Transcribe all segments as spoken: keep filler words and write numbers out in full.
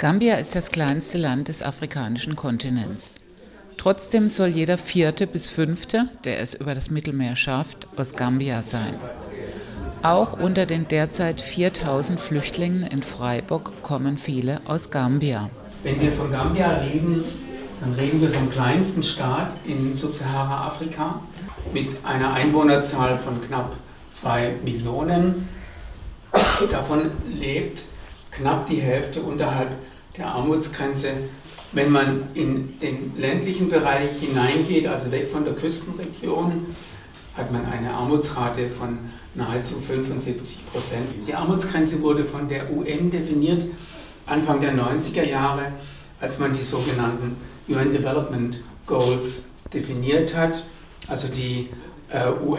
Gambia ist das kleinste Land des afrikanischen Kontinents. Trotzdem soll jeder Vierte bis Fünfte, der es über das Mittelmeer schafft, aus Gambia sein. Auch unter den derzeit viertausend Flüchtlingen in Freiburg kommen viele aus Gambia. Wenn wir von Gambia reden, dann reden wir vom kleinsten Staat in Subsahara-Afrika mit einer Einwohnerzahl von knapp zwei Millionen. Davon lebt knapp die Hälfte unterhalb der Armutsgrenze. Wenn man in den ländlichen Bereich hineingeht, also weg von der Küstenregion, hat man eine Armutsrate von nahezu fünfundsiebzig Prozent. Die Armutsgrenze wurde von der U N definiert Anfang der neunziger Jahre, als man die sogenannten U N Development Goals definiert hat, also die äh, U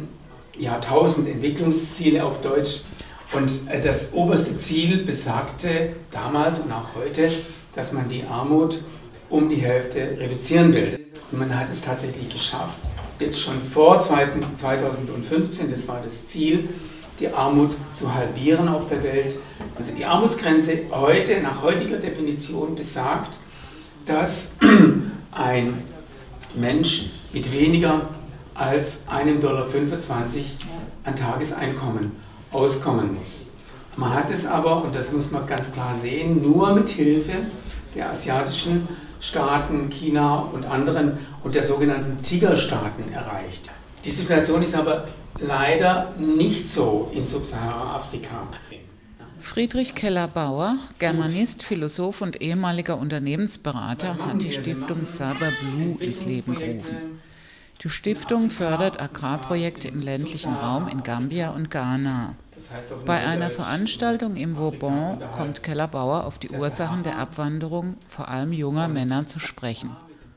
N-Jahrtausend-Entwicklungsziele auf Deutsch. Und äh, das oberste Ziel besagte damals und auch heute, dass man die Armut um die Hälfte reduzieren will. Und man hat es tatsächlich geschafft. Jetzt schon vor zweitausendfünfzehn, das war das Ziel, die Armut zu halbieren auf der Welt. Also die Armutsgrenze heute, nach heutiger Definition besagt, dass ein Mensch mit weniger als einem Dollar fünfundzwanzig an Tageseinkommen auskommen muss. Man hat es aber, und das muss man ganz klar sehen, nur mit Hilfe der asiatischen Staaten, China und anderen und der sogenannten Tigerstaaten erreicht. Die Situation ist aber leider nicht so in Subsahara-Afrika. Friedrich Keller-Bauer, Germanist, Philosoph und ehemaliger Unternehmensberater, hat die Stiftung Saba Blue ins Leben gerufen. Die Stiftung fördert Agrarprojekte im ländlichen Raum in Gambia und Ghana. Bei einer Veranstaltung im Vauban kommt Keller-Bauer auf die Ursachen der Abwanderung vor allem junger Männer zu sprechen.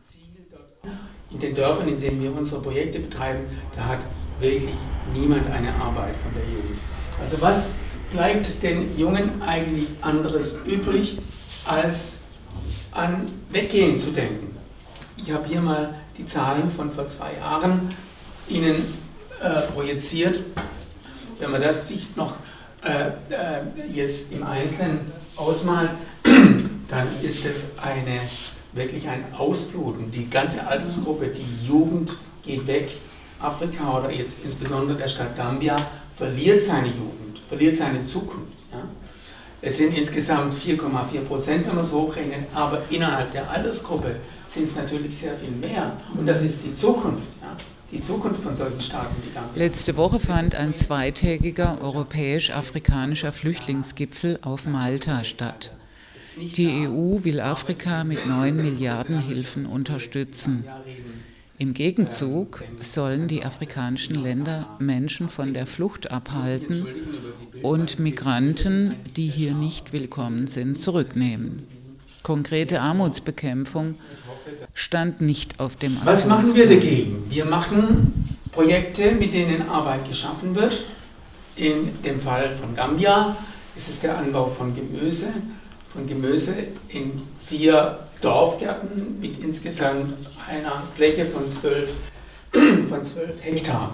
In den Dörfern, in denen wir unsere Projekte betreiben, da hat wirklich niemand eine Arbeit von der Jugend. Also was bleibt den Jungen eigentlich anderes übrig, als an Weggehen zu denken? Ich habe hier mal die Zahlen von vor zwei Jahren Ihnen äh, projiziert. Wenn man das sich noch äh, äh, jetzt im Einzelnen ausmalt, dann ist es eine, wirklich ein Ausbluten. Die ganze Altersgruppe, die Jugend geht weg. Afrika oder jetzt insbesondere der Stadt Gambia verliert seine Jugend, verliert seine Zukunft. Ja? Es sind insgesamt vier Komma vier Prozent, wenn man es hochrechnet, aber innerhalb der Altersgruppe sind es natürlich sehr viel mehr. Und das ist die Zukunft. Ja? Die Zukunft von solchen Staaten, die Gambia. Letzte Woche fand ein zweitägiger europäisch-afrikanischer Flüchtlingsgipfel auf Malta statt. Die E U will Afrika mit neun Milliarden Hilfen unterstützen. Im Gegenzug sollen die afrikanischen Länder Menschen von der Flucht abhalten und Migranten, die hier nicht willkommen sind, zurücknehmen. Konkrete Armutsbekämpfung stand nicht auf dem Aktionsplan. Was machen wir dagegen? Wir machen Projekte, mit denen Arbeit geschaffen wird. In dem Fall von Gambia ist es der Anbau von Gemüse, von Gemüse in vier Dorfgärten mit insgesamt einer Fläche von zwölf, von zwölf Hektar.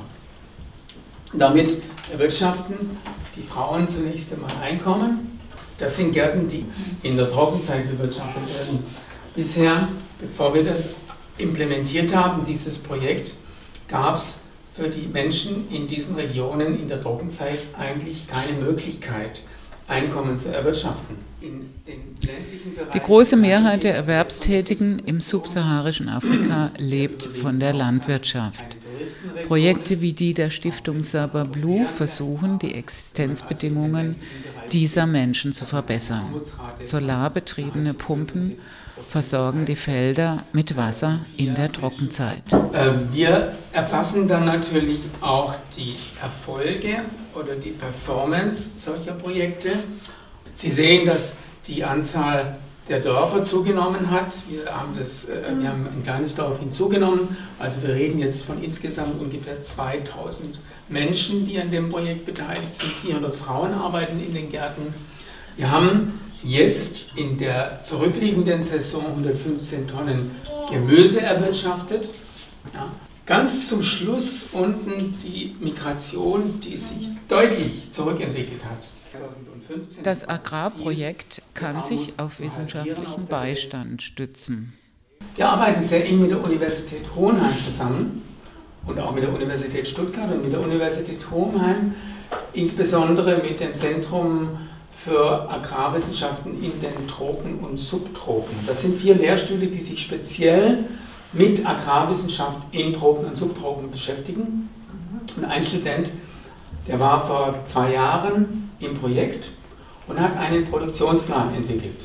Damit erwirtschaften die Frauen zunächst einmal Einkommen. Das sind Gärten, die in der Trockenzeit bewirtschaftet werden. Bisher, bevor wir das implementiert haben, dieses Projekt, gab es für die Menschen in diesen Regionen in der Trockenzeit eigentlich keine Möglichkeit, Einkommen zu erwirtschaften. In den ländlichen Bereichen Die große Mehrheit der Erwerbstätigen im subsaharischen Afrika lebt von der Landwirtschaft. Projekte wie die der Stiftung Saba Blue versuchen, die Existenzbedingungen dieser Menschen zu verbessern. Solarbetriebene Pumpen versorgen die Felder mit Wasser in der Trockenzeit. Wir erfassen dann natürlich auch die Erfolge oder die Performance solcher Projekte. Sie sehen, dass die Anzahl der Dörfer zugenommen hat. Wir haben, das, wir haben ein kleines Dorf hinzugenommen. Also wir reden jetzt von insgesamt ungefähr zweitausend Menschen, die an dem Projekt beteiligt sind. vierhundert Frauen arbeiten in den Gärten. Wir haben jetzt in der zurückliegenden Saison hundertfünfzehn Tonnen Gemüse erwirtschaftet. Ja. Ganz zum Schluss unten die Migration, die sich deutlich zurückentwickelt hat. Das Agrarprojekt kann sich auf wissenschaftlichen Beistand stützen. Wir arbeiten sehr eng mit der Universität Hohenheim zusammen und auch mit der Universität Stuttgart und mit der Universität Hohenheim, insbesondere mit dem Zentrum für Agrarwissenschaften in den Tropen und Subtropen. Das sind vier Lehrstühle, die sich speziell mit Agrarwissenschaft in Tropen und Subtropen beschäftigen. Und ein Student, der war vor zwei Jahren im Projekt und hat einen Produktionsplan entwickelt.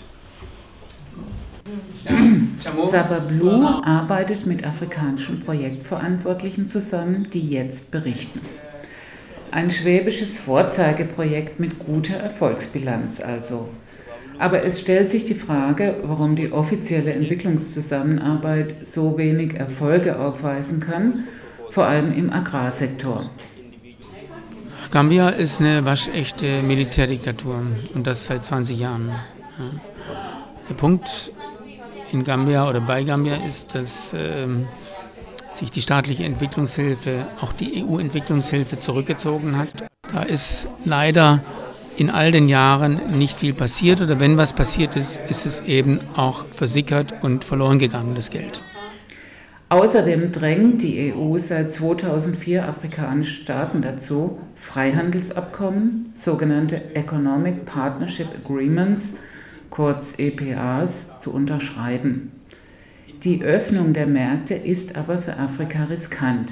Saba Blue arbeitet mit afrikanischen Projektverantwortlichen zusammen, die jetzt berichten. Ein schwäbisches Vorzeigeprojekt mit guter Erfolgsbilanz also. Aber es stellt sich die Frage, warum die offizielle Entwicklungszusammenarbeit so wenig Erfolge aufweisen kann, vor allem im Agrarsektor. Gambia ist eine waschechte Militärdiktatur und das seit zwanzig Jahren. Der Punkt in Gambia oder bei Gambia ist, dass äh, sich die staatliche Entwicklungshilfe, auch die E U-Entwicklungshilfe zurückgezogen hat. Da ist leider in all den Jahren nicht viel passiert oder wenn was passiert ist, ist es eben auch versickert und verloren gegangen, das Geld. Außerdem drängt die E U seit zweitausendvier afrikanische Staaten dazu, Freihandelsabkommen, sogenannte Economic Partnership Agreements, kurz E P As, zu unterschreiben. Die Öffnung der Märkte ist aber für Afrika riskant.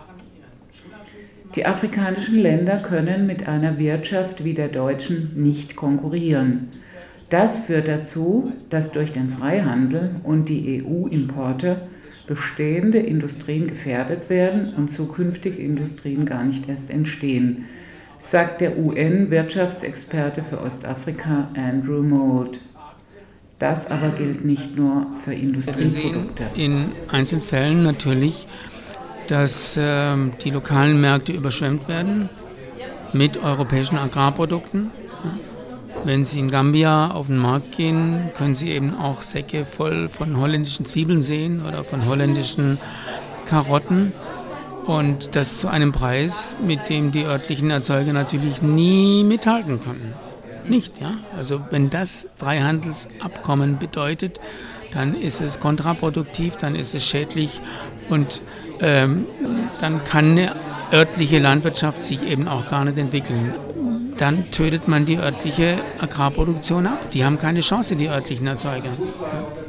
Die afrikanischen Länder können mit einer Wirtschaft wie der deutschen nicht konkurrieren. Das führt dazu, dass durch den Freihandel und die E U-Importe bestehende Industrien gefährdet werden und zukünftige Industrien gar nicht erst entstehen, sagt der U N-Wirtschaftsexperte für Ostafrika Andrew Mould. Das aber gilt nicht nur für Industrieprodukte. Wir sehen in Einzelfällen natürlich, dass äh, die lokalen Märkte überschwemmt werden mit europäischen Agrarprodukten. Wenn Sie in Gambia auf den Markt gehen, können Sie eben auch Säcke voll von holländischen Zwiebeln sehen oder von holländischen Karotten. Und das zu einem Preis, mit dem die örtlichen Erzeuger natürlich nie mithalten können. Nicht, ja? Also wenn das Freihandelsabkommen bedeutet, dann ist es kontraproduktiv, dann ist es schädlich und ähm, dann kann eine örtliche Landwirtschaft sich eben auch gar nicht entwickeln. Dann tötet man die örtliche Agrarproduktion ab. Die haben keine Chance, die örtlichen Erzeuger.